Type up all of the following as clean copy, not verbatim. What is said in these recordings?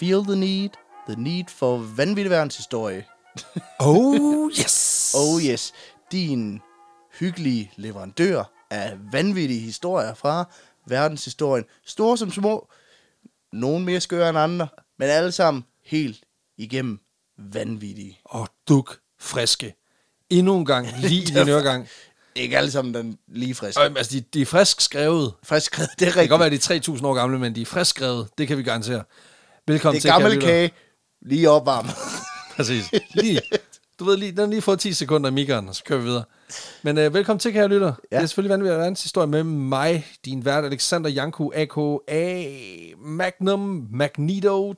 feel the need for vanvittig verdenshistorie. Oh yes! Oh yes, din hyggelige leverandør af vanvittige historier fra verdenshistorien. Store som små, nogle mere skøre end andre, men alle sammen helt igennem vanvittige. Og duk friske. Endnu en gang, lige i din øregang. Ikke alle sammen den lige friske. Altså, de er frisk skrevet. Frisk skrevet, det er Det kan rigtigt. godt være, de er 3.000 år gamle, men de er frisk skrevet. Det kan vi garantere. Velkommen Det til, er gammel kære lytter. kage, lige opvarmet. Præcis. Lige, du ved, den har lige fået 10 sekunder i mikkeren, og så kører vi videre. Men velkommen til, kære lytter. Ja. Det er selvfølgelig vanvittigt verdenshistorie med mig, din vært Alexander Janku, a.k.a. Magnum Magneto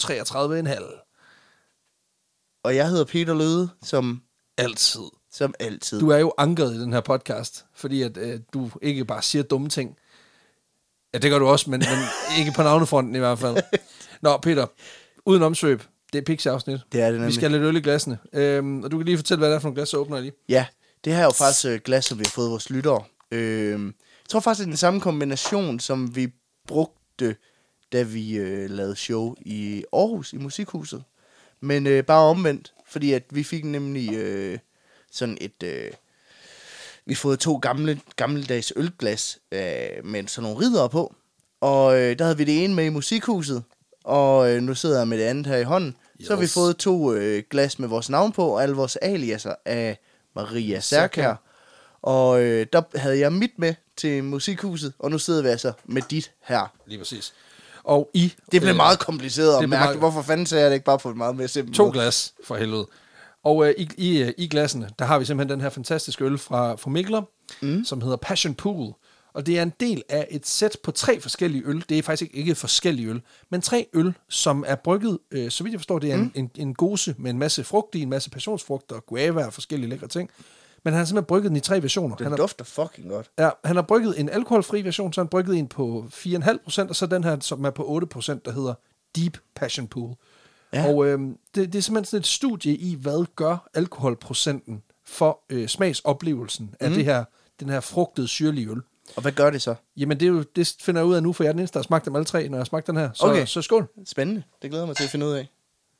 33,5. Og jeg hedder Peter Løde, som Altid. altid. Du er jo ankeret i den her podcast, fordi at du ikke bare siger dumme ting. Ja, det gør du også, men ikke på navnefronten i hvert fald. Nå, Peter, uden omsvøb, det er Pixie-afsnit. Det er det nemlig. Vi skal have lidt øl i glassene. Og du kan lige fortælle, hvad det er for nogle glas, så åbner jeg lige. Ja, det her er jo faktisk glas, som vi har fået vores lyttere. Jeg tror faktisk, det er den samme kombination, som vi brugte, da vi lavede show i Aarhus i Musikhuset. Men bare omvendt, fordi at vi fik nemlig sådan et... vi fået 2 gammeldags ølglas med sådan nogle ridere på. Og der havde vi det ene med i Musikhuset, og nu sidder jeg med det andet her i hånden. Yes. Så har vi fået 2 glas med vores navn på, og alle vores aliaser af Maria Serkær. Og der havde jeg mit med til Musikhuset, og nu sidder vi altså med dit her. Lige præcis. Og Det blev meget kompliceret at blev mærke. meget- Hvorfor fanden sagde jeg det ikke bare på et meget mere simpelt 2 måde? glas, for helvede. Og i glassene, der har vi simpelthen den her fantastiske øl fra Mikler, som hedder Passion Pool. Og det er en del af et sæt på 3 forskellige øl. Det er faktisk ikke forskellige øl, men 3 øl, som er brygget, så vidt jeg forstår, det er en gose med en masse frugt i, en masse passionsfrugt og guava og forskellige lækre ting. Men han har simpelthen brygget den i 3 versioner. Den dufter fucking godt. Ja, han har brygget en alkoholfri version, så han brygget en på 4,5%, og så den her, som er på 8%, der hedder Deep Passion Pool. Ja. Og det er simpelthen sådan et studie i, hvad gør alkoholprocenten for smagsoplevelsen af den her frugtede syrlige øl. Og hvad gør det så? Jamen, det finder jeg ud af nu, for jeg er den eneste, der har smagt dem alle 3, når jeg har smagt den her. Så, Okay. så skål. Spændende. Det glæder jeg mig til at finde ud af.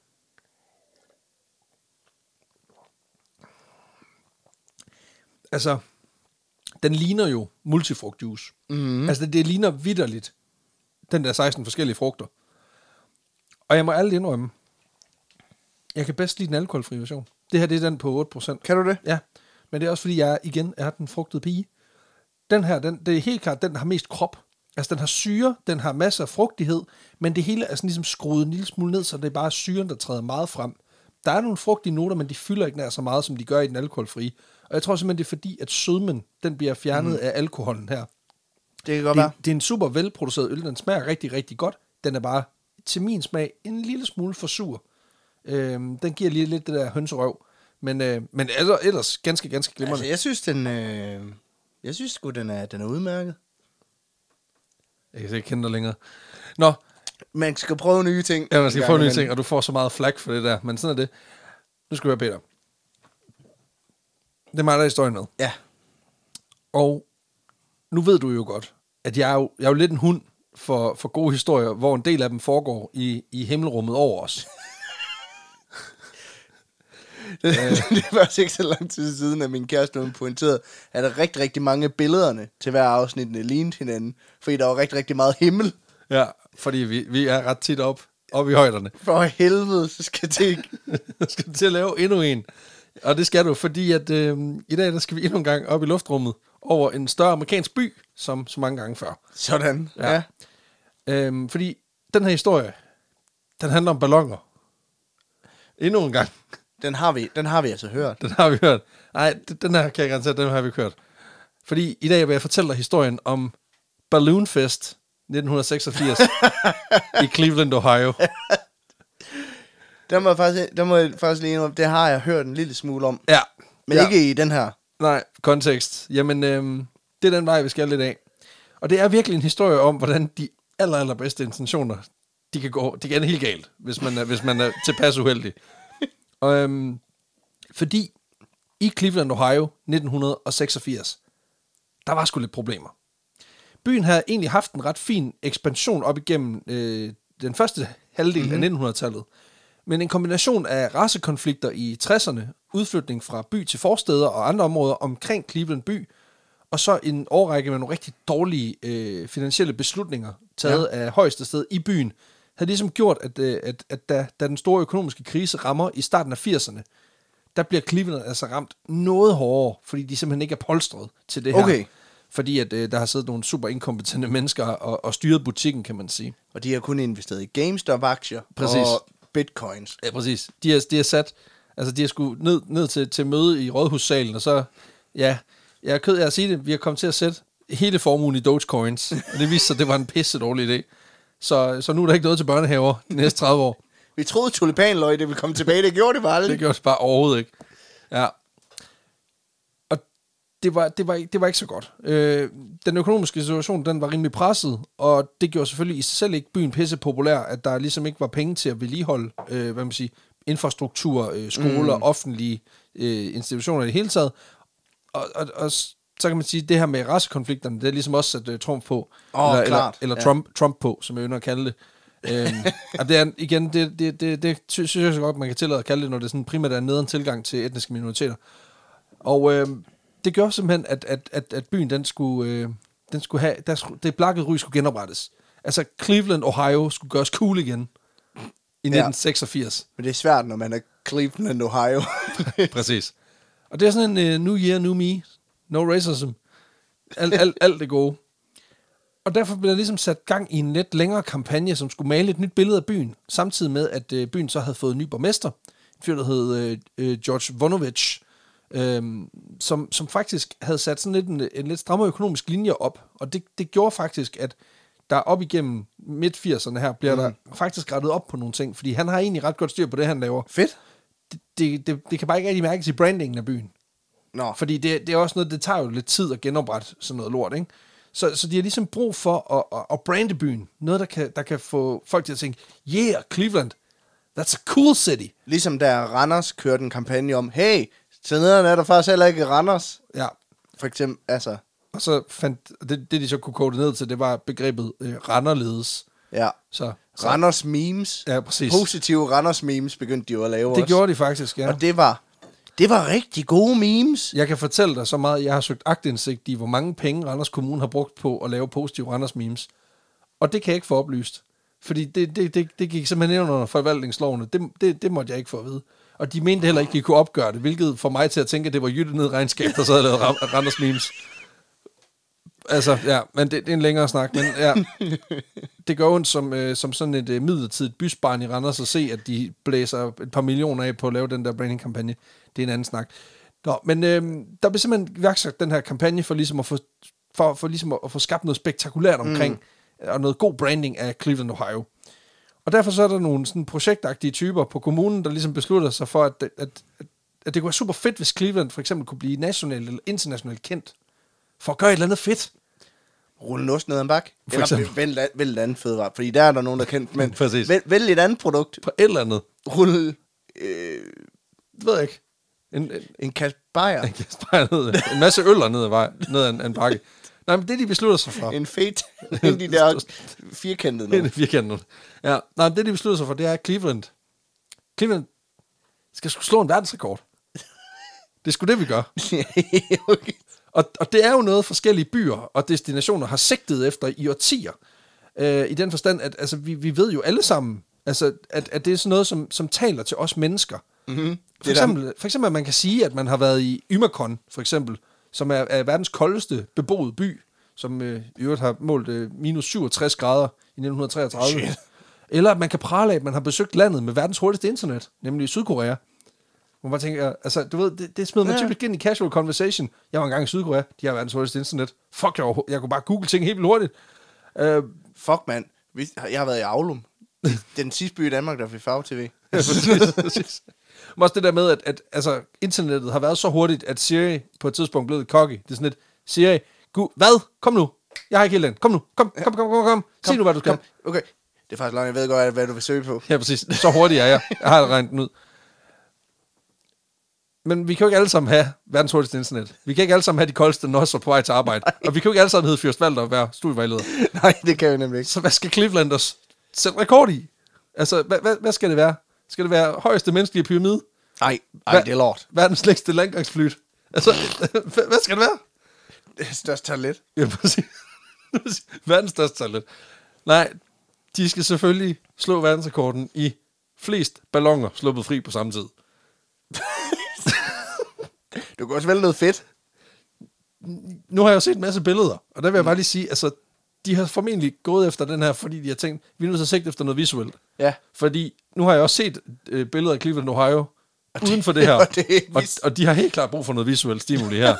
Altså, den ligner jo multifrugtjuice. Mm-hmm. Altså, det ligner vitterligt den der 16 forskellige frugter. Og jeg må ærligt indrømme, jeg kan bedst lide den alkoholfri version. Det her, det er den på 8%. Kan du det? Ja, men det er også fordi, jeg igen er den frugtede pige. Den her, det er helt klart, den har mest krop. Altså, den har syre, den har masser af frugtighed, men det hele er sådan ligesom skruet en lille smule ned, så det er bare syren, der træder meget frem. Der er nogle frugtige noter, men de fylder ikke nær så meget, som de gør i den alkoholfrie. Og jeg tror simpelthen, det er fordi, at sødmen, den bliver fjernet af alkoholen her. Det kan godt være. Det er en super velproduceret øl, den smager rigtig, rigtig godt. Den er bare, til min smag, en lille smule for sur. Den giver lige lidt det der hønserøv. Men ellers ganske, ganske glimrende. Altså, jeg synes sgu, den er udmærket. Jeg kan ikke kende dig længere. Nå, Man skal prøve nye ting. ja, man skal få nye ting, og du får så meget flag for det der. Men sådan er det. Nu skal vi høre, Peter. Det er mig, der er historien med. Ja. Og nu ved du jo godt, at jeg er jo lidt en hund for gode historier, hvor en del af dem foregår i himmelrummet over os. Det er faktisk ikke så lang tid siden, at min kæreste hun pointerede, at der rigtig, rigtig mange billederne til hver afsnit lignede hinanden. Fordi der var rigtig, rigtig meget himmel. Ja, fordi vi er ret tit op i højderne. For helvede, så skal det ikke. Jeg skal til at lave endnu en. Og det skal du, fordi at i dag der skal vi endnu en gang op i luftrummet over en større amerikansk by, som så mange gange før. Sådan, ja. Fordi den her historie, den handler om balloner. Endnu en gang. Den har vi altså hørt. Den har vi hørt. Nej, den her kan jeg garantere, den har vi hørt. Fordi i dag vil jeg fortælle dig historien om Balloon Fest 1986 i Cleveland, Ohio. Der må jeg faktisk lige indrømme, det har jeg hørt en lille smule om. Ja. Men ikke i den her. Nej, kontekst. Jamen, det er den vej, vi skal lidt af. Og det er virkelig en historie om, hvordan de allerbedste intentioner, de kan ende helt galt, hvis man er tilpas uheldig. Og, fordi i Cleveland, Ohio, 1986, der var sgu lidt problemer. Byen havde egentlig haft en ret fin ekspansion op igennem den første halvdel af 1900-tallet. Men en kombination af racekonflikter i 60'erne, udflytning fra by til forsteder og andre områder omkring Cleveland by, og så en årrække med nogle rigtig dårlige finansielle beslutninger, taget af højeste sted i byen, havde ligesom gjort, at da den store økonomiske krise rammer i starten af 80'erne, der bliver Cleveland altså ramt noget hårdere, fordi de simpelthen ikke er polstret til det her. Fordi at der har siddet nogle super inkompetente mennesker og styret butikken, kan man sige. Og de har kun investeret i GameStop-aktier og bitcoins. Ja, præcis. De har sat, altså de har sgu ned til møde i rådhussalen, og så, ja, jeg er ked af at sige det, vi har kommet til at sætte hele formuen i Dogecoins, og det viste sig, at det var en pisse dårlig idé. Så nu er der ikke noget til børnehaver de næste 30 år. Vi troede, tulipanløg, det ville komme tilbage. Det gjorde det bare aldrig. Det gjorde det bare overhovedet ikke. Ja. Og det var ikke så godt. Den økonomiske situation, den var rimelig presset, og det gjorde selvfølgelig i sig selv ikke byen pisse populær, at der ligesom ikke var penge til at vedligeholde, infrastruktur, skoler, offentlige institutioner i det hele taget. Og så kan man sige, at det her med racekonflikterne, det er ligesom også sat Trump på. Eller Trump på, som jeg ønsker at kalde det. Og det er igen, det synes jeg så godt, man kan tillade at kalde det, når det sådan primært er en nederen tilgang til etniske minoriteter. Og det gør simpelthen, at byen, den skulle have, det blakkede ry skulle genoprettes. Altså Cleveland, Ohio skulle gøres cool igen i 1986. Men det er svært, når man er Cleveland, Ohio. Præcis. Og det er sådan en new year, new me. No racism. Alt det gode. Og derfor blev der ligesom sat gang i en lidt længere kampagne, som skulle male et nyt billede af byen, samtidig med, at byen så havde fået en ny borgmester, en fyr, der hed George Voinovich, som faktisk havde sat sådan en lidt strammere økonomisk linje op. Og det gjorde faktisk, at der op igennem midt-80'erne her, bliver der faktisk rettet op på nogle ting, fordi han har egentlig ret godt styr på det, han laver. Fedt. Det kan bare ikke rigtig mærkes i brandingen af byen. Nå. Fordi det er også noget, det tager jo lidt tid at genoprette sådan noget lort, ikke? Så de har ligesom brug for at brande byen. Noget, der kan få folk til at tænke, yeah, Cleveland, that's a cool city. Ligesom da Randers kørte en kampagne om, hey, så nederen er der faktisk heller ikke Randers. Ja. For eksempel, altså. Og så fandt, det de så kunne kode ned til, det var begrebet Randerledes. Ja. Så Randers memes. Ja, præcis. Positive Randers memes begyndte de jo at lave det også. Gjorde de faktisk, ja. Og det var rigtig gode memes. Jeg kan fortælle dig så meget, jeg har søgt aktindsigt i, hvor mange penge Randers Kommune har brugt på at lave positive Randers memes. Og det kan jeg ikke få oplyst. Fordi det gik simpelthen ind under forvaltningslovene. Det måtte jeg ikke få at vide. Og de mente heller ikke, de kunne opgøre det, hvilket får mig til at tænke, at det var Jytte ned regnskab, der så havde lavet Randers memes. Altså, ja, men det er en længere snak, men ja, det gør ondt som sådan et midlertidigt bysbarn i Randers at se, at de blæser et par millioner af på at lave den der branding-kampagne. Det er en anden snak. Nå, men der bliver simpelthen iværksat den her kampagne for ligesom at få skabt noget spektakulært omkring, og noget god branding af Cleveland, Ohio. Og derfor så er der nogle sådan projektagtige typer på kommunen, der ligesom beslutter sig for, at det kunne være super fedt, hvis Cleveland for eksempel kunne blive nationalt eller internationalt kendt, for at gøre et eller andet fedt. Rulle en ost ned ad en bak. Eller vælg et andet fødevare, fordi der er der nogen, der er kendt. Men vælg et andet produkt. På et eller andet. Rulle... det ved jeg ikke. En kasse bajer. En kasse bajer en masse øller ned ad en bakke. Nej, men det de beslutter sig for. En fedt. De der firkantede noget. Firkantede. Ja, nej, det de beslutter sig for, det er Cleveland skal sgu slå en verdensrekord. Det er sgu det, vi gør. Okay. Og det er jo noget, forskellige byer og destinationer har sigtet efter i årtier. I den forstand, at altså, vi ved jo alle sammen, altså, at det er sådan noget, som taler til os mennesker. Mm-hmm. For eksempel, at man kan sige, at man har været i Ymekon, for eksempel, som er verdens koldeste beboede by, som i øvrigt har målt minus 67 grader i 1933. Shit. Eller at man kan prale af, at man har besøgt landet med verdens hurtigste internet, nemlig Sydkorea. Hvor man tænker, altså, du ved, det smider man typisk ind i casual conversation. Jeg var engang i Sydkorea, de har verdens hurtigste internet. Fuck, jeg kunne bare google ting helt vildt hurtigt. Fuck, mand. Jeg har været i Aulum. Den sidste by i Danmark, der fik farve-tv. Præcis. Men også det der med, at altså, internettet har været så hurtigt, at Siri på et tidspunkt blev cocky. Det er sådan lidt, Siri, hvad? Kom nu. Jeg har ikke helt den. Kom nu. Kom. Sig nu, hvad du skal. Okay. Det er faktisk langt, jeg ved godt, hvad du vil søge på. Ja, præcis. Så hurtigt er jeg. Jeg har regnet den ud. Men vi kan jo ikke alle sammen have verdens hurtigste internet. Vi kan ikke alle sammen have de koldeste nosser på vej til arbejde. Nej. Og vi kan jo ikke alle sammen hedde Fyrst Valder og være studievejleder. Nej, det kan vi nemlig ikke. Så hvad skal Clevelanders sætte rekord i? Altså, hvad skal det være? Skal det være højeste menneskelige pyramide? Nej, det er lort. Verdens længste landgangsflyt? Altså, hvad skal det være? Det er største toilet. Ja, præcis. Verdens største toilet. Nej, de skal selvfølgelig slå verdensrekorden i flest balloner sluppet fri på samme tid. Du kan også vælge noget fedt. Nu har jeg jo set en masse billeder, og der vil jeg bare lige sige, altså, de har formentlig gået efter den her, fordi de har tænkt, vi er nødt til at sigte efter noget visuelt. Ja. Fordi nu har jeg også set billeder af Cleveland, Ohio, uden for det her. Og de har helt klart brug for noget visuelt stimuli her.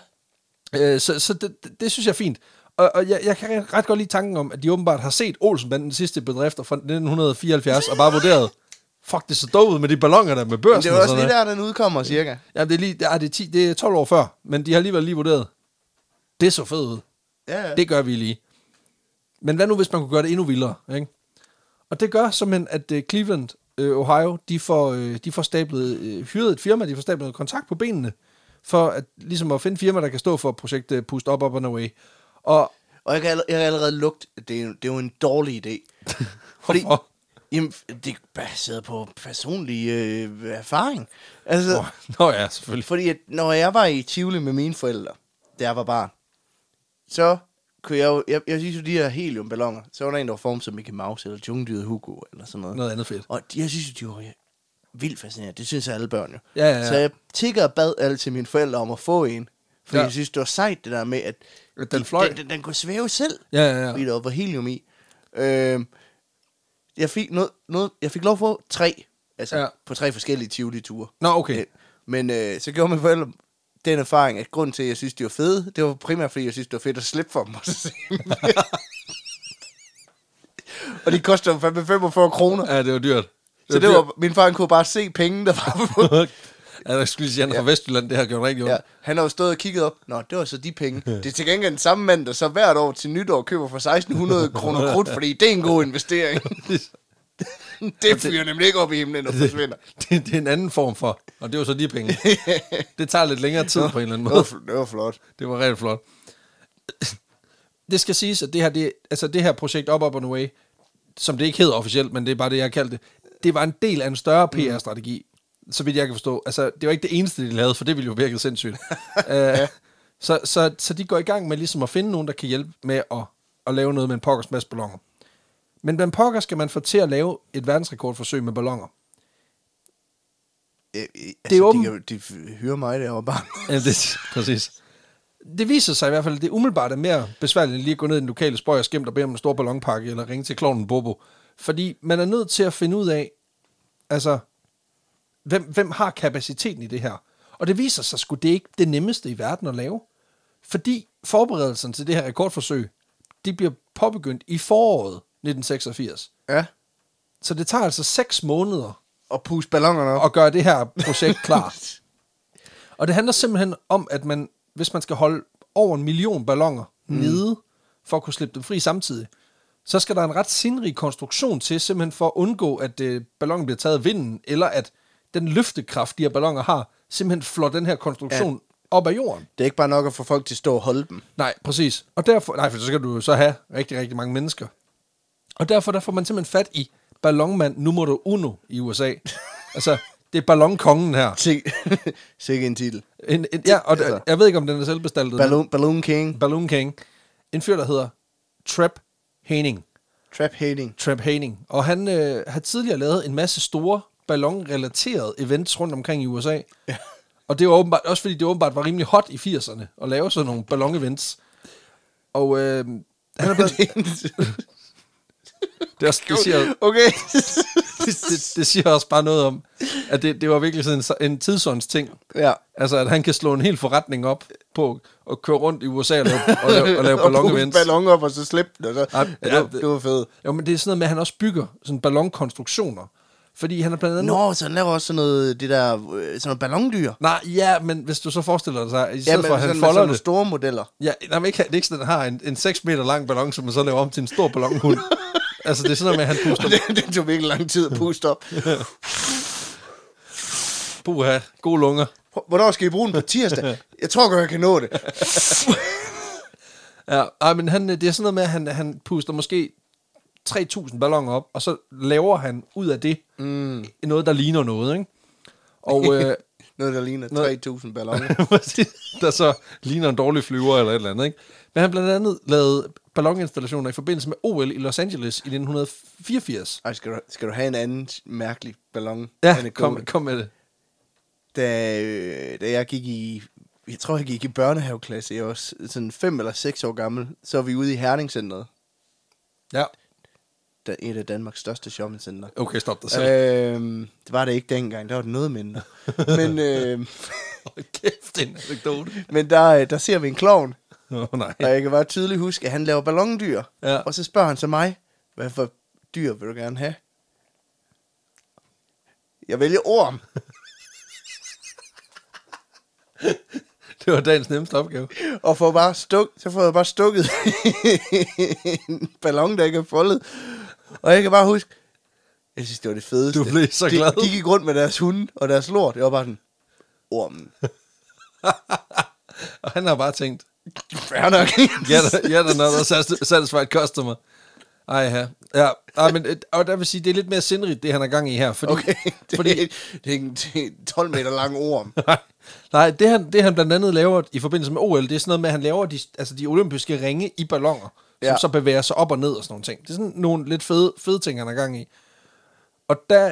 Så det synes jeg er fint. Og jeg kan ret godt lide tanken om, at de åbenbart har set Olsenbanden, den sidste bedrifter fra 1974, og bare vurderet, fuck, det er så dog ud med de balloner der med børsen. Men det er også lige der, den udkommer, cirka. Ja, det er 12 år før, men de har alligevel lige vurderet. Det så fedt ud. Ja. Det gør vi lige. Men hvad nu, hvis man kunne gøre det endnu vildere, ikke? Og det gør simpelthen, at Cleveland, Ohio, de får stablet, hyret et firma, de får stablet noget kontakt på benene, for at, ligesom at finde firma, der kan stå for projektet Push Up and Away. Og jeg kan allerede lugte, at det er jo en dårlig idé. Fordi, jamen, det er baseret på personlig erfaring. Altså, Nå ja, selvfølgelig. Fordi at, når jeg var i Tivoli med mine forældre, da jeg var barn, så kunne jeg synes jo, de her heliumballoner, så var der en, der var formet som Mickey Mouse, eller Jungdyret Hugo, eller sådan noget. Noget andet fedt. Og jeg synes jo, de var vildt fascinerende. Det synes jeg alle børn jo. Ja. Så jeg tigger og bad alle til mine forældre om at få en. Fordi jeg synes, det var sejt, det der med, at den fløj. Den kunne svæve selv. Ja. Fordi der var helium i. Jeg fik lov at få 3. Altså på 3 forskellige Tivoli-ture. Nå, okay. Men så gjorde mine forældre den erfaring, at grunden til, at jeg synes, de var fede, det var primært, fordi jeg synes, det var fedt at slippe for dem. Og de koster 45 kroner. Ja, det var dyrt. Så det var, min far kunne bare se penge, der var på. Ja, der skulle lige sige, han fra Vestjylland, det har gjort rigtig ondt. Ja, han har jo stået og kigget op. Nå, det var så de penge. Det er til gengæld den samme mand, der så hvert år til nytår køber for 1600 kroner krudt, fordi det er en god investering. Det fyrer nemlig ikke op i himlen, når det forsvinder. Det er en anden form for, og det var så de penge. Det tager lidt længere tid på en eller anden måde. Det var flot. Det var rigtig flot. Det skal siges, at det her projekt Up and Away, som det ikke hedder officielt, men det er bare det, jeg kaldte det, det var en del af en større PR-strategi, så vidt jeg kan forstå. Altså, det var ikke det eneste, de lavede, for det ville jo virke sindssygt. Så de går i gang med ligesom at finde nogen, der kan hjælpe med at lave noget med en pokkers masse balloner. Men blandt pokker skal man få til at lave et verdensrekordforsøg med balloner. Det er de hyrer mig derovre bare. Ja, præcis. Det viser sig i hvert fald, at det umiddelbart er mere besværligt end lige at gå ned i den lokale spøg og skæmme og bede om en stor ballonpakke, eller ringe til klovnen Bobo. Fordi man er nødt til at finde ud af, altså, hvem har kapaciteten i det her? Og det viser sig sgu, det er ikke det nemmeste i verden at lave. Fordi forberedelsen til det her rekordforsøg, de bliver påbegyndt i foråret 1986. Ja. Så det tager altså 6 måneder at puste ballonerne op og gøre det her projekt klar. Og det handler simpelthen om, at hvis man skal holde over 1 million balloner nede, for at kunne slippe dem fri samtidig, så skal der en ret sindrig konstruktion til, simpelthen for at undgå, at ballonen bliver taget af vinden, eller at den løftekraft, de her balloner har, simpelthen flår den her konstruktion op af jorden. Det er ikke bare nok at få folk til at stå og holde dem. Nej, præcis. Og derfor, for så skal du så have rigtig, rigtig mange mennesker. Og derfor der får man simpelthen fat i ballonmand numero uno i USA. Altså, det er ballonkongen her. Sikke en titel. Jeg ved ikke, om den er selvbestaltet. Balloon King. Balloon King. En fyr, der hedder Trap Haining. Trap Haining. Og han har tidligere lavet en masse store ballonrelaterede events rundt omkring i USA. Ja. Og det var åbenbart, også fordi det åbenbart var rimelig hot i 80'erne at lave sådan nogle ballon-events. Og han er blevet... Det siger også bare noget om, at det var virkelig sådan en tidsånds ting. Ja. Altså, at han kan slå en hel forretning op på at køre rundt i USA og lave ballon-events. Og ballon op og så slippe den. Det var fedt. Jo, men det er sådan noget med, at han også bygger sådan ballonkonstruktioner. Fordi han er blandt andet... så han laver også sådan noget, sådan noget ballondyr. Nej, ja, men hvis du så forestiller dig sig, i stedet for at han folder det... store modeller. Ja, nej, men det er ikke sådan, at han har en 6 meter lang ballon, som man så laver om til en stor ballonhund. Altså, det er sådan noget med, at han puster... det tog virkelig lang tid at puste op. Puha, gode lunger. Hvornår skal I bruge den på tirsdag? Jeg tror godt, jeg kan nå det. Ja, men det er sådan noget med, at han puster måske 3.000 balloner op, og så laver han ud af det noget, der ligner noget, ikke? Og, noget, der ligner 3.000 balloner. der så ligner en dårlig flyver eller et eller andet, ikke? Men han blandt andet lavede balloninstallationer i forbindelse med OL i Los Angeles i 1984. Ej, skal du have en anden mærkelig ballon? Ja, kom med det. Da jeg gik i... Jeg tror, jeg gik i børnehaveklasse. Jeg var sådan 5 eller 6 år gammel. Så var vi ude i Herningcenteret. Ja. Der er et af Danmarks største shoppingcenter. Okay, stop dig selv. Det var det ikke dengang. Der var det noget mindre. Men, kæft, det er en anekdote. Men der ser vi en klovn. Nej. Og jeg kan bare tydeligt huske, at han laver ballondyr. Ja. Og så spørger han så mig, hvad for dyr vil du gerne have? Jeg vælger orm. Det var dagens nemmeste opgave. Og så får jeg bare stukket en ballon, der ikke er foldet. Og jeg kan bare huske, jeg synes, det var det fedeste. Du blev så glad. De gik rundt med deres hunde og deres lort. Det var bare sådan, ormen. Og han har bare tænkt, fair nok. Yet another satisfied customer. Ej, ja. Men, og der vil sige, det er lidt mere sindrigt, det han er gang i her. Fordi, okay, det er en 12 meter lang orm. Nej, det han blandt andet laver i forbindelse med OL, det er sådan noget med, at han laver de olympiske ringe i balloner, som så bevæger sig op og ned og sådan nogle ting. Det er sådan nogle lidt fede ting, han er gang i. Og der,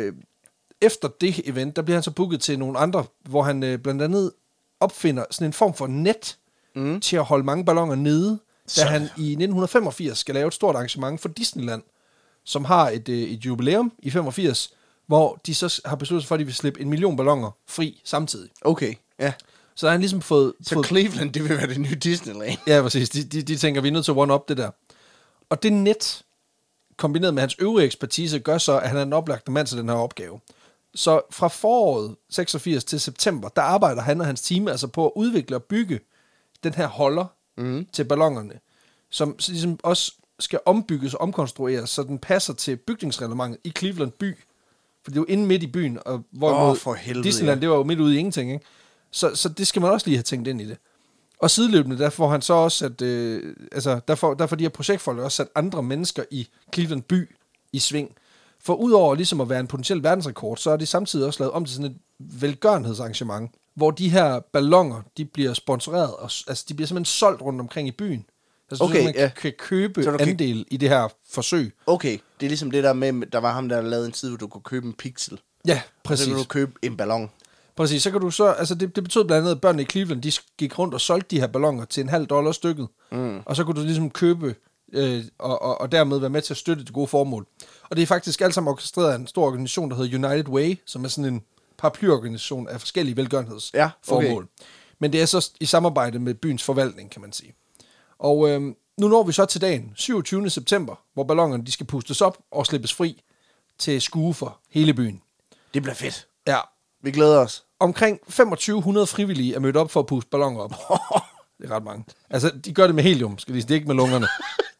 efter det event, der bliver han så booket til nogle andre, hvor han blandt andet opfinder sådan en form for net til at holde mange balloner nede, da han i 1985 skal lave et stort arrangement for Disneyland, som har et jubilæum i 85, hvor de så har besluttet sig for, at de vil slippe 1 million balloner fri samtidig. Okay, ja. Så har han ligesom fået... Cleveland, det vil være det nye Disneyland. Ja, præcis. De tænker, vi er nødt til at one-up det der. Og det net, kombineret med hans øvrige ekspertise, gør så, at han er en oplagt mand til den her opgave. Så fra foråret 86 til september, der arbejder han og hans team altså på at udvikle og bygge den her holder til ballonerne, som ligesom også skal ombygges og omkonstrueres, så den passer til bygningsreglementet i Cleveland by. For det er jo inde midt i byen, og hvor Disneyland, det var jo midt ude i ingenting, ikke? Så det skal man også lige have tænkt ind i det. Og sideløbende, der får han så også, at der får de her projektfolk også sat andre mennesker i Cleveland by i sving. For udover ligesom at være en potentiel verdensrekord, så er de samtidig også lavet om til sådan et velgørenhedsarrangement, hvor de her balloner, de bliver sponsoreret, og, altså de bliver simpelthen solgt rundt omkring i byen. Altså okay, man kan købe andel i det her forsøg. Okay, det er ligesom det der med, der var ham, der lavede en side, hvor du kunne købe en pixel. Ja, præcis. Så kan du købe en ballon. Præcis, så kan du så, altså det betød blandt andet, at børnene i Cleveland, de gik rundt og solgte de her balloner til $0,50 stykket. Og så kunne du ligesom købe, og dermed være med til at støtte det gode formål. Og det er faktisk alt sammen orkestreret af en stor organisation, der hedder United Way, som er sådan en paraplyorganisation af forskellige velgørenhedsformål. Okay. Men det er så i samarbejde med byens forvaltning, kan man sige. Og nu når vi så til dagen, 27. september, hvor ballonerne de skal pustes op og slippes fri til skue for hele byen. Det bliver fedt. Ja. Vi glæder os. Omkring 2500 frivillige er mødt op for at puste balloner op. Det er ret mange. Altså, de gør det med helium, skal de sige. Det er ikke med lungerne.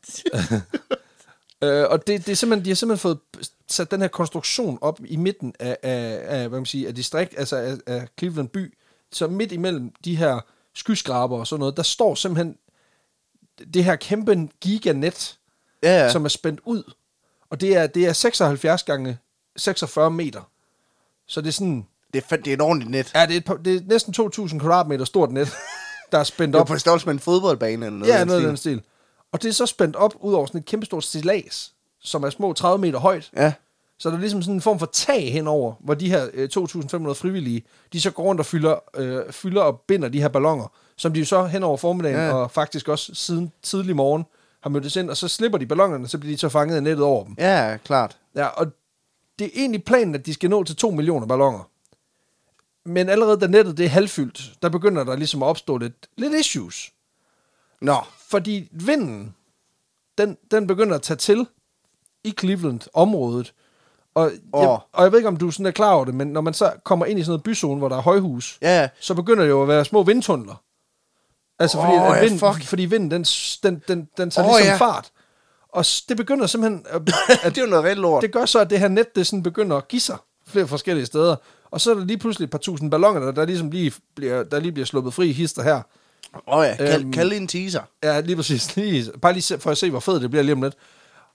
Og det er simpelthen, de har simpelthen fået sat den her konstruktion op i midten af hvad man siger, af distrikt, altså af Cleveland by. Så midt imellem de her skyskraber og sådan noget, der står simpelthen det her kæmpe giganet, som er spændt ud. Og det er 76 gange 46 meter. Så det er sådan... Det er et ordentligt net. Ja, det er næsten 2.000 kvadratmeter stort net, der er spændt op. Det er på størrelse med en fodboldbane eller noget. Ja, noget af den stil. Og det er så spændt op ud over sådan et kæmpestort stillads, som er små 30 meter højt. Ja. Så der er ligesom sådan en form for tag henover, hvor de her 2.500 frivillige, de så går rundt og fylder og binder de her balloner, som de jo så henover formiddagen, og faktisk også siden tidlig morgen, har mødtes ind, og så slipper de ballonerne, så bliver de så fanget af nettet over dem. Ja, klart. Ja, og det er egentlig planen, at de skal nå til 2 millioner balloner. Men allerede da nettet det er halvfyldt, der begynder der ligesom at opstå lidt issues. Nå. Fordi vinden, den begynder at tage til i Cleveland-området. Og jeg ved ikke, om du sådan er klar over det, men når man så kommer ind i sådan noget byzone, hvor der er højhus, så begynder det jo at være små vindtunneler. Altså fordi vinden, den tager ligesom fart. Og det begynder simpelthen... det er jo noget rigtig lort. Det gør så, at det her net, det sådan begynder at give sig flere forskellige steder. Og så er der lige pludselig et par tusind balloner, der ligesom lige bliver sluppet fri i hister her. Kald en teaser. Ja, lige præcis. Bare lige for at se, hvor fedt det bliver lige om lidt.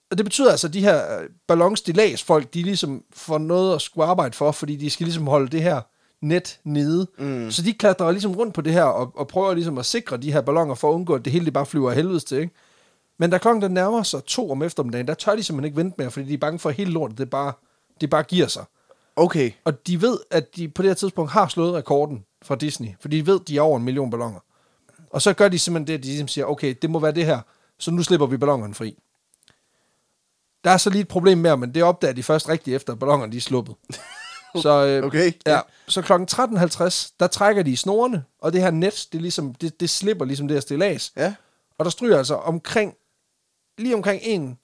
Og det betyder altså, at de her ballonstilladsfolk, de ligesom får noget at skulle arbejde for, fordi de skal ligesom holde det her net nede. Så de klatrer ligesom rundt på det her, og prøver ligesom at sikre de her balloner, for at undgå, at det hele det bare flyver af helvedes til, ikke? Men da klokken den nærmer sig 2 om eftermiddagen, der tør de simpelthen ikke vente mere, fordi de er bange for, at hele lortet, det bare giver sig. Okay. Og de ved, at de på det her tidspunkt har slået rekorden fra Disney, fordi de ved, at de er over 1 million balloner. Og så gør de simpelthen det, at de ligesom siger, okay, det må være det her, så nu slipper vi ballonerne fri. Der er så lige et problem med, men det opdager de først rigtigt efter, at ballonerne de er sluppet. Så, okay. Ja, så klokken 13.50, der trækker de i snorene, og det her net, det, ligesom, det slipper ligesom det her stillads. Ja. Og der stryger altså lige omkring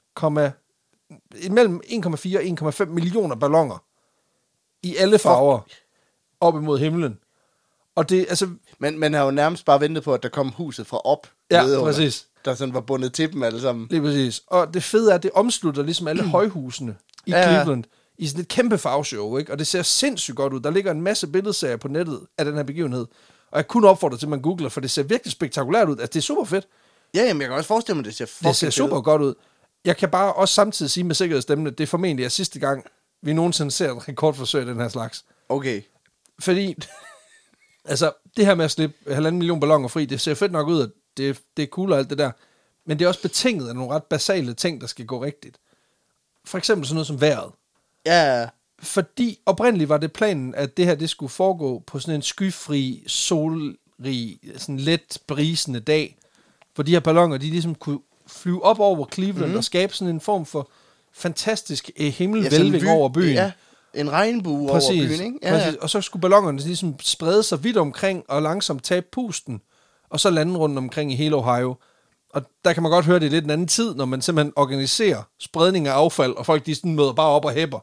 mellem 1,4 og 1,5 millioner balloner i alle farver op imod himlen. Og det, altså... Men man har jo nærmest bare ventet på, at der kom huset fra op. Ja, præcis. Der sådan var bundet til dem alle sammen. Lige præcis. Og det fede er, at det omslutter ligesom alle højhusene i Cleveland i sådan et kæmpe farveshow, ikke? Og det ser sindssygt godt ud. Der ligger en masse billedserier på nettet af den her begivenhed. Og jeg kunne opfordre til, at man googler, for det ser virkelig spektakulært ud. Altså, det er super fedt. Ja, jamen, jeg kan også forestille mig, at det ser super godt ud. Jeg kan bare også samtidig sige med sikkerhedsstemme, at det er formentlig er sidste gang, vi nogensinde ser et rekordforsøg af den her slags. Okay. Fordi, altså, det her med at slippe 1,5 million balloner fri, det ser fedt nok ud, at det er cool og alt det der. Men det er også betinget af nogle ret basale ting, der skal gå rigtigt. For eksempel sådan noget som vejret. Ja. Fordi oprindeligt var det planen, at det her det skulle foregå på sådan en skyfri, solrig, sådan let brisende dag, hvor de her balloner, de ligesom kunne flyve op over Cleveland og skabe sådan en form for fantastisk himmelvælving over byen. Ja, en regnbue over byen, ikke? Ja. Præcis. Og så skulle ballonerne ligesom sprede sig vidt omkring og langsomt tabe pusten, og så lande rundt omkring i hele Ohio. Og der kan man godt høre, det er lidt en anden tid, når man simpelthen organiserer spredning af affald, og folk de sådan møder bare op og hæpper.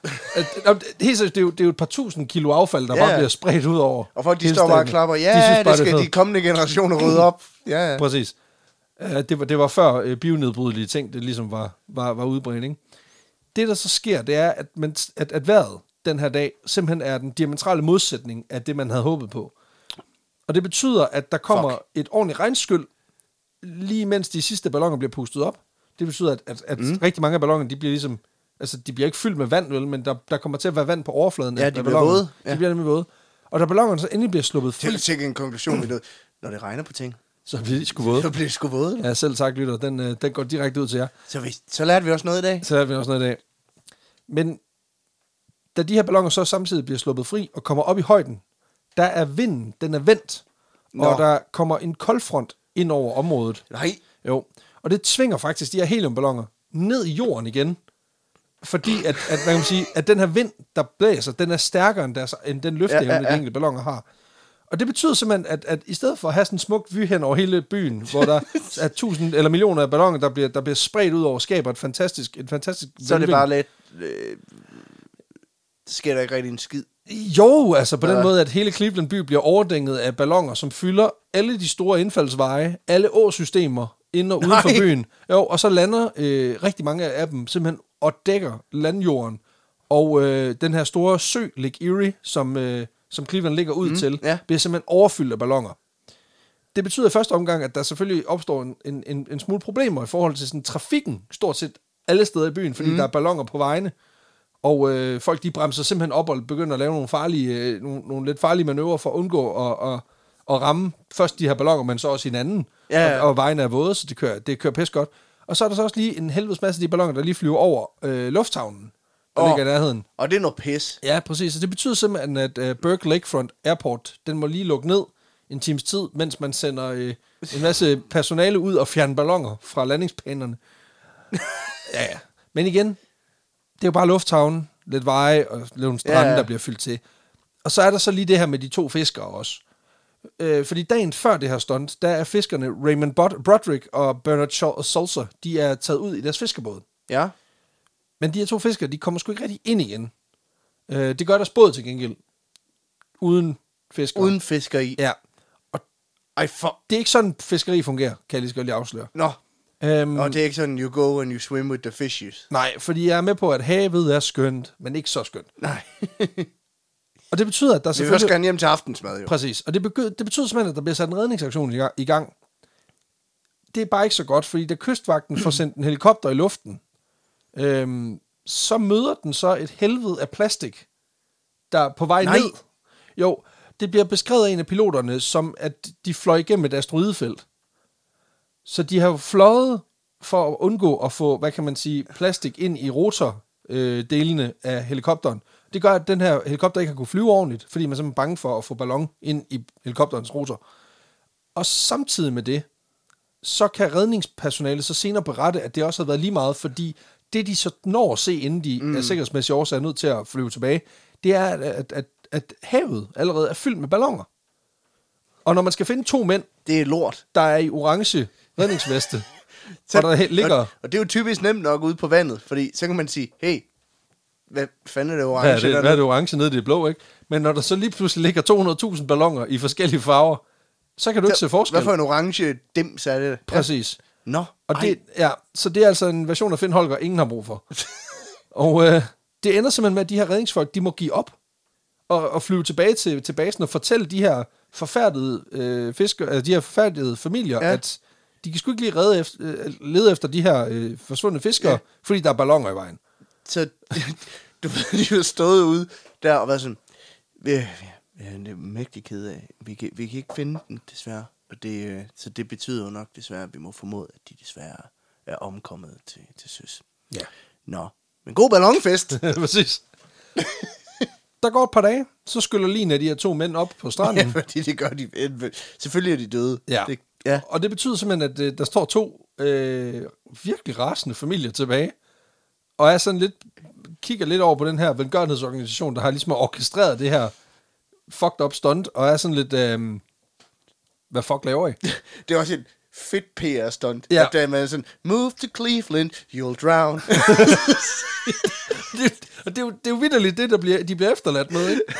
Helt seriøst, det er jo et par tusind kilo affald, der bare bliver spredt ud over. Og folk de står bare og klapper, det skal de kommende generationer rydde op. Ja. Præcis. Det var før bionedbrydelige ting, det ligesom var udbredt, ikke? Det, der så sker, det er, at vejret den her dag simpelthen er den diametrale modsætning af det, man havde håbet på. Og det betyder, at der kommer et ordentligt regnskyld, lige mens de sidste balloner bliver pustet op. Det betyder, at rigtig mange af ballonerne, de bliver ligesom... Altså, de bliver ikke fyldt med vand, vel, men der kommer til at være vand på overfladen. Ja, de bliver våde. De bliver nemlig våde. Og da ballonerne så endelig bliver sluppet fri... Det er sikkert en konklusion, når det regner på ting. Så bliver de sgu våde. Så bliver det sgu våde. Ja, selv tak, lytter. Den går direkte ud til jer. Så lærte vi også noget i dag. Men da de her balloner så samtidig bliver sluppet fri og kommer op i højden, der er vinden, den er vendt. Og der kommer en koldfront ind over området. Nej. Jo. Og det tvinger faktisk de her heliumballoner ned i jorden igen. Fordi at man kan sige, at den her vind, der blæser, den er stærkere end den løfteevne, de enkelte balloner har. Og det betyder simpelthen, at i stedet for at have sådan en smuk vy hen over hele byen, hvor der er 1000 eller millioner af balloner, der bliver spredt ud over, skaber et fantastisk så er det bare lidt... sker der ikke rigtig en skid? Jo, altså på den måde, at hele Cleveland by bliver overdænget af balloner, som fylder alle de store indfaldsveje, alle åsystemer ind og uden for byen. Jo, og så lander rigtig mange af dem simpelthen og dækker landjorden. Og den her store sø, Lake Erie, som Cleveland ligger ud til, bliver simpelthen overfyldt af balloner. Det betyder i første omgang, at der selvfølgelig opstår en smule problemer i forhold til sådan trafikken, stort set alle steder i byen, fordi der er balloner på vejene. Og folk de bremser simpelthen op og begynder at lave nogle lidt farlige manøvrer for at undgå at ramme først de her balloner, men så også hinanden. Ja. Og vejene er våde, så det kører pæst godt. Og så er der så også lige en helvedes masse af de balloner, der lige flyver over lufthavnen, der ligger i nærheden. Og det er noget pis. Ja, præcis. Så det betyder simpelthen, at Burke Lakefront Airport, den må lige lukke ned en times tid, mens man sender en masse personale ud og fjerner balloner fra landingsbanerne. Ja. Men igen, det er jo bare lufthavnen, lidt veje og nogle strande, der bliver fyldt til. Og så er der så lige det her med de 2 fiskere også. Fordi dagen før det her stunt, der er fiskerne Raymond Broderick og Bernard Sulzer, de er taget ud i deres fiskerbåd. Ja. Men de her 2 fiskere, de kommer sgu ikke rigtig ind igen. Det gør deres båd til gengæld. Uden fiskere. Uden fisker i. Ja. Og det er ikke sådan, fiskeri fungerer, kan jeg lige så godt lige afsløre. Nå. Og det er ikke sådan, you go and you swim with the fishes. Nej, fordi jeg er med på, at havet er skønt, men ikke så skønt. Nej. Og det betyder, at der selvfølgelig... Vi vil også gerne hjem til aftensmad, jo. Præcis. Og det betyder simpelthen, at der bliver sat en redningsaktion i gang. Det er bare ikke så godt, fordi da kystvagten får sendt en helikopter i luften, så møder den så et helvede af plastik, der er på vej ned. Jo, det bliver beskrevet af en af piloterne, som at de fløj igennem et asteroidefelt. Så de har fløjet for at undgå at få, hvad kan man sige, plastik ind i rotordelene af helikopteren. Det gør, at den her helikopter ikke har kunne flyve ordentligt, fordi man er simpelthen bange for at få ballon ind i helikopterens rotor. Og samtidig med det, så kan redningspersonalet så senere berette, at det også har været lige meget, fordi det, de så når at se, inden de af sikkerhedsmæssige årsager er nødt til at flyve tilbage, det er, at havet allerede er fyldt med balloner. Og når man skal finde 2 mænd, det er lort, der er i orange redningsveste, så, og der ligger... Og det er jo typisk nemt nok ude på vandet, fordi så kan man sige, hey, hvad fanden er det orange? Hvad er det orange nede i det blå, ikke? Men når der så lige pludselig ligger 200.000 balloner i forskellige farver, så kan du ikke se forskel. Hvad for en orange dims er det? Præcis. Nå. Og det, så det er altså en version af Finn Holger, ingen har brug for. Og det ender simpelthen med, at de her redningsfolk, de må give op og flyve tilbage til basen og fortælle de her forfærdede fiskere, altså de her forfærdede familier, at de kan sgu ikke lige lede efter de her forsvundne fiskere, fordi der er balloner i vejen. Så du ved, de har stået ude der og været sådan, det er mægtig ked af. Vi kan ikke finde den, desværre. Og så det betyder jo nok desværre, at vi må formode, at de desværre er omkommet til søs. Ja. Nå, men god ballonfest. Præcis. Der går et par dage, så skyller lige af de her 2 mænd op på stranden. Ja, fordi det gør de. Selvfølgelig er de døde. Ja. Og det betyder simpelthen, at der står 2 virkelig rasende familier tilbage, og er sådan lidt, kigger lidt over på den her velgørenhedsorganisation, der har ligesom orkestreret det her fucked up stunt, og er sådan lidt, hvad fuck laver I? Det er også et fedt PR-stunt. Ja. At der er man sådan, move to Cleveland, you'll drown. det er jo vitterligt det, de bliver efterladt med, ikke?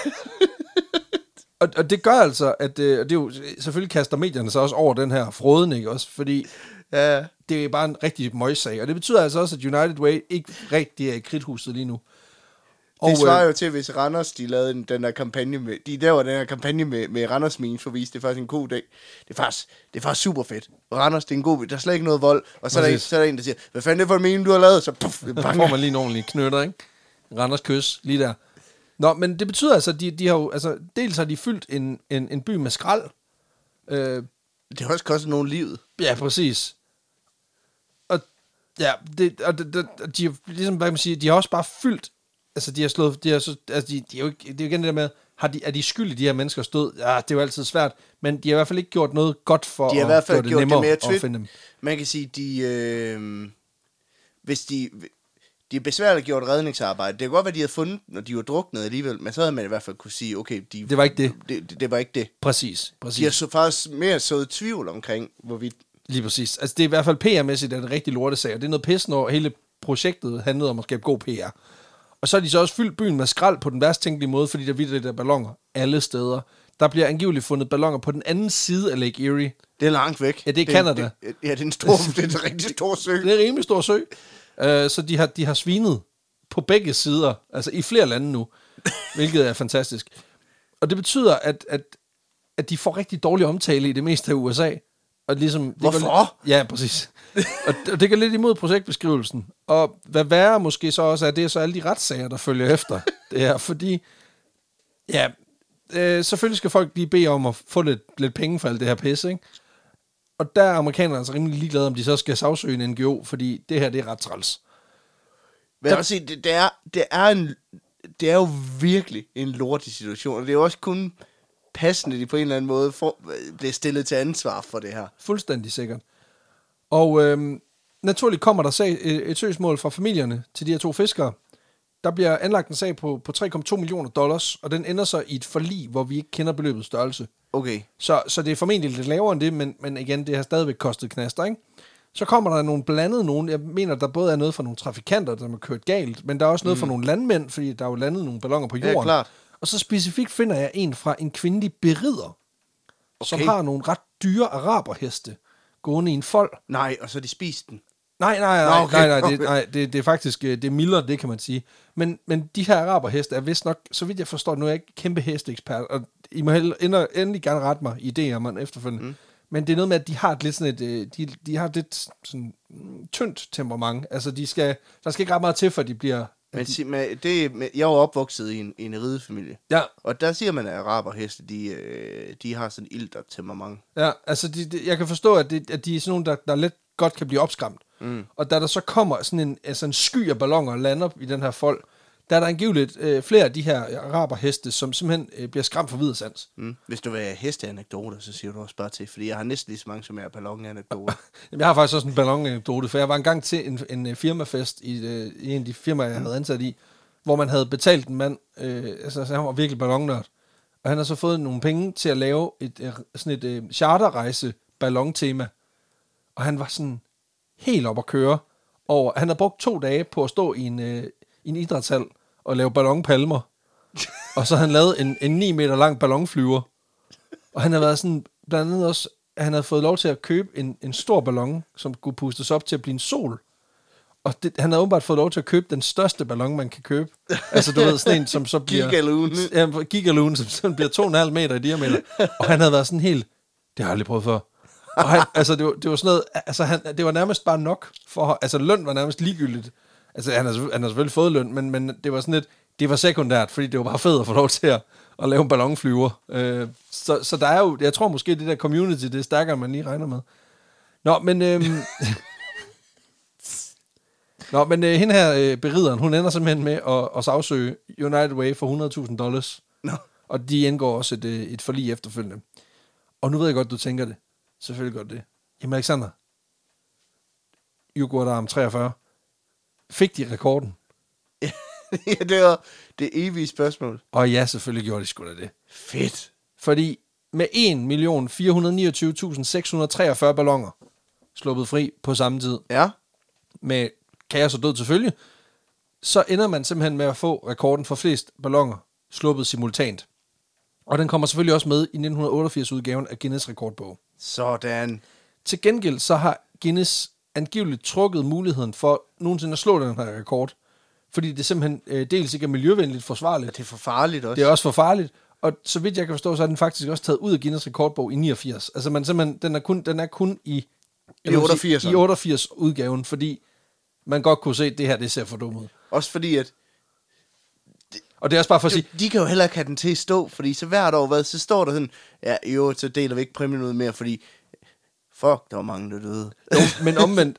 Og det gør altså, at det er jo, selvfølgelig kaster medierne sig også over den her fråden, ikke også? Fordi det er bare en rigtig møgssag. Og det betyder altså også, at United Way ikke rigtig er i kridthuset lige nu. Det svarer jo til, hvis Randers, de lavede den der kampagne med, med Randers Mine for at vise, det er faktisk en god dag. Det er faktisk super fedt. Randers, det er en god, der er slet ikke noget vold. Og så er der en, der siger, hvad fanden er det for en mine, du har lavet? Så får man lige en ordentlig knytter, ikke? Randers kys, lige der. Nå, men det betyder altså, at de har jo, altså, dels har de fyldt en by med skrald. Det har også kostet nogen livet. Ja, præcis. Og ja, de ligesom, hvad kan man sige, de har også bare fyldt. Altså, de er jo ikke, det er jo igen det der med, er de skyld i de her menneskers død? Ja, det er jo altid svært, men de har i hvert fald ikke gjort noget godt for de har i hvert fald gøre det nemmere det mere at finde dem. Man kan sige, hvis de har besværligt gjort redningsarbejde. Det kan godt være, de havde fundet, når de var druknet alligevel, men så havde man i hvert fald kunne sige, okay, det var ikke det. Det var ikke det. Præcis. De har faktisk mere sået tvivl omkring, hvorvidt... Lige præcis. Altså, det er i hvert fald PR-mæssigt en rigtig lortesag, og det er noget pis, når hele projektet handlede om at skabe god PR. Og så har de så også fyldt byen med skrald på den værst tænkelige måde, fordi der vitterligt er balloner alle steder. Der bliver angiveligt fundet balloner på den anden side af Lake Erie. Det er langt væk. Ja, det er Canada. Det er en rigtig stor sø. Det er en rimelig stor sø. Så de har svinet på begge sider, altså i flere lande nu, hvilket er fantastisk. Og det betyder, at de får rigtig dårlig omtale i det meste af USA. Og ligesom, hvorfor? Ja, præcis. Og det går lidt imod projektbeskrivelsen. Og hvad værre måske så også er, det er så alle de retssager, der følger efter det her. Fordi, ja, selvfølgelig skal folk lige bede om at få lidt penge for alt det her pisse, ikke? Og der er amerikanerne altså rimelig ligeglade, om de så skal sagsøge en NGO, fordi det her, det er ret træls. Men jeg vil sige, det er jo virkelig en lortig situation, og det er jo også kun passende, de på en eller anden måde bliver stillet til ansvar for det her. Fuldstændig sikkert. Og naturligt kommer der et søgsmål fra familierne til de her 2 fiskere. Der bliver anlagt en sag på $3,2 millioner, og den ender så i et forlig, hvor vi ikke kender beløbets størrelse. Okay. Så det er formentlig lidt lavere end det, men igen, det har stadigvæk kostet knaster, ikke? Så kommer der nogle blandet nogen. Jeg mener, der både er noget for nogle trafikanter, der har kørt galt, men der er også noget for nogle landmænd, fordi der er jo landet nogle balloner på jorden. Ja, klart. Og så specifikt finder jeg en fra en kvindelig berider, som har nogle ret dyre araberheste gående i en fold. Nej, og så de spist den. Nej, det er faktisk, det er mildere, det kan man sige. Men de her araberheste er vist nok, så vidt jeg forstår, nu er jeg ikke kæmpe hesteekspert, og I må endelig gerne rette mig idéer, man efterfølgende. Men det er noget med, at de har et lidt sådan et, de har et lidt sådan tyndt temperament. Altså, der skal ikke ret meget til, for de bliver... Jeg var opvokset i en ridefamilie. Ja. Og der siger man, at araberheste, de har sådan ilt og temperament. Ja, altså jeg kan forstå, at de er sådan nogle, der let godt kan blive opskræmt. Og da der så kommer sådan en sky af balloner og lander i den her fold, der er der angiveligt flere af de her araberheste, som simpelthen bliver skræmt for videre sans. Hvis du vil have hesteanekdoter, så siger du også bare til, fordi jeg har næsten lige så mange, som jeg har ballonanekdoter. Jamen, jeg har faktisk også en ballonanekdote, for jeg var engang til en firmafest i en af de firmaer, jeg havde ansat i, hvor man havde betalt en mand, altså han var virkelig ballonnørd, og han har så fået nogle penge til at lave sådan et charterrejse ballontema, og han var sådan helt op at køre over. Han havde brugt 2 dage på at stå i en idrætshal og lave ballonpalmer, og så havde han lavet en 9 meter lang ballonflyver, og han havde været sådan, blandt andet også, han havde fået lov til at købe en stor ballon, som kunne pustes op til at blive en sol. Og han havde åbenbart fået lov til at købe den største ballon, man kan købe. Altså, du ved, sådan en, som så bliver... Gigaloon, som sådan bliver 2,5 meter i diameter. Og han havde været sådan helt... Det har jeg aldrig prøvet før. Og han, altså, det var sådan noget... Altså, det var nærmest bare nok for... Altså, løn var nærmest ligegyldigt. Altså, han har selvfølgelig fået løn, men det var sådan lidt... Det var sekundært, fordi det var bare fedt at få lov til at lave en ballonflyver. Så der er jo... Jeg tror måske, det der community, det er stærkere, end man lige regner med. Nå, men... hende her, berideren, hun ender simpelthen med at sagsøge United Way for $100,000. No. Og de indgår også et forlig efterfølgende. Og nu ved jeg godt, du tænker det. Selvfølgelig godt det. Jamen Alexander, Jugo Arm 43, fik de rekorden? Ja, det var det evige spørgsmål. Og ja, selvfølgelig gjorde de sgu da det. Fedt. Fordi med 1.429.643 balloner sluppet fri på samme tid, ja, med kaos og død selvfølgelig, så ender man simpelthen med at få rekorden for flest balloner sluppet simultant. Og den kommer selvfølgelig også med i 1988-udgaven af Guinness rekordbog. Sådan. Til gengæld så har Guinness angiveligt trukket muligheden for nogensinde at slå den her rekord. Fordi det simpelthen dels ikke er miljøvenligt forsvarligt. Ja, det er for farligt også. Det er også for farligt. Og så vidt jeg kan forstå, så er den faktisk også taget ud af Guinness rekordbog i 89. Altså man simpelthen, den er kun i 88. I 88 udgaven, fordi man godt kunne se, at det her, det ser for dumt ud. Også fordi, at... Og det er også bare for at sige... De kan jo heller ikke have den til at stå, fordi så hvert år, så står der sådan... Ja, jo, så deler vi ikke præmien ud mere, fordi... Fuck, der var mange, der døde. Jo, men omvendt,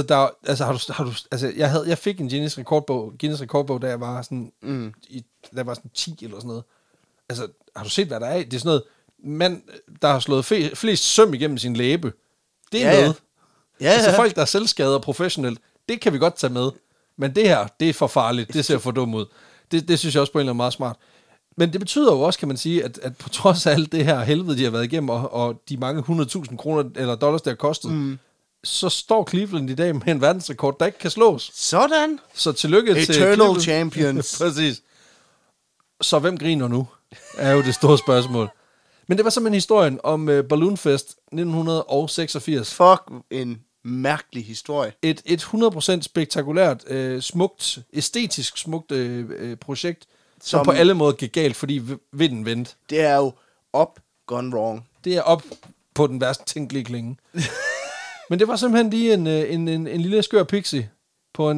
jeg fik en Guinness rekordbog, da jeg var sådan... Da jeg var sådan 10 eller sådan noget. Altså, har du set, hvad der er? Det er sådan noget... Mand, der har slået flest søm igennem sin læbe. Det er noget. Ja. Altså folk, der er selvskader professionelt, det kan vi godt tage med. Men det her, det er for farligt. Det ser for dumt ud. Det synes jeg også på en eller anden meget smart. Men det betyder jo også, kan man sige, at på trods af alt det her helvede, de har været igennem, og de mange 100.000 kroner eller dollars, der har kostet, så står Cleveland i dag med en verdensrekord, der ikke kan slås. Sådan. Så tillykke til Eternal Champions. Præcis. Så hvem griner nu? Er jo det store spørgsmål. Men det var simpelthen historien om Balloonfest 1986. Fuck, en mærkelig historie. Et 100% spektakulært, smukt, æstetisk smukt projekt, som på alle måder gik galt, fordi vinden vendte. Det er jo up, gone wrong. Det er op på den værste tænkelige klinge. Men det var simpelthen lige en lille skør pixie på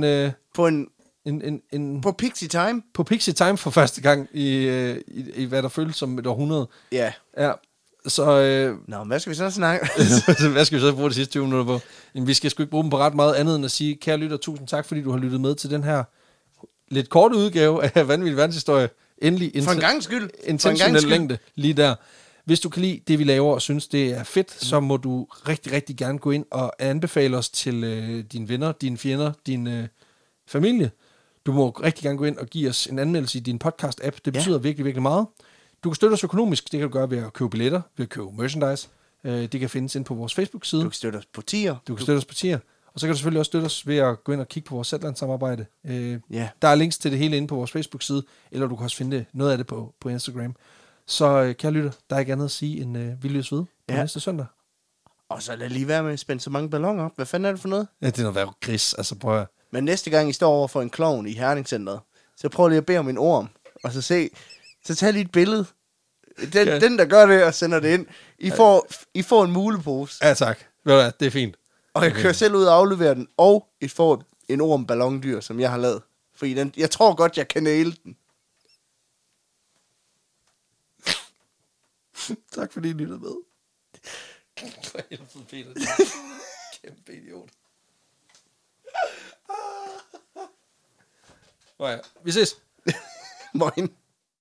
på Pixie Time. På Pixie Time for første gang i hvad der føltes som et århundrede. Ja. Ja. Så, Nå, hvad skal vi så snakke? Hvad skal vi så bruge de sidste 20 minutter på? Jamen, vi skal sgu ikke bruge dem på ret meget andet end at sige, kære lytter, tusind tak, fordi du har lyttet med til den her lidt korte udgave af Vanvittig Verdenshistorie. Endelig for en gangs skyld. Intentionel længde lige der. Hvis du kan lide det, vi laver, og synes, det er fedt, så må du rigtig, rigtig gerne gå ind og anbefale os til dine venner, dine fjender, din familie. Du må rigtig gerne gå ind og give os en anmeldelse i din podcast-app. Det betyder virkelig, virkelig meget. Du kan støtte os økonomisk. Det kan du gøre ved at købe billetter, ved at købe merchandise. Det kan findes inde på vores Facebook-side. Du kan støtte os på tier. Og så kan du selvfølgelig også støtte os ved at gå ind og kigge på vores Zetland-samarbejde. Der er links til det hele inde på vores Facebook-side, eller du kan også finde noget af det på Instagram. Så kære lytter, der er ikke andet at sige end vi lyttes ved på næste søndag. Og så lad lige være med at spænde så mange balloner op. Hvad fanden er det for noget? Ja, det er noget værre gris, altså prøv at... Men næste gang I står over for en klovn i Herningcenteret, så prøv lige at bede om en orm, og så tag lige et billede, Den, der gør det og sender det ind, I får en mulepose. Ja, tak. Ved du hvad, det er fint. Og jeg kører selv ud og afleverer den, og I får en orm ballondyr, som jeg har lavet. Fordi jeg tror godt, jeg kan næle den. Tak fordi I lyttede med. For helvede, Peter. Kæmpe idiot. Nå ja, vi ses. Moin.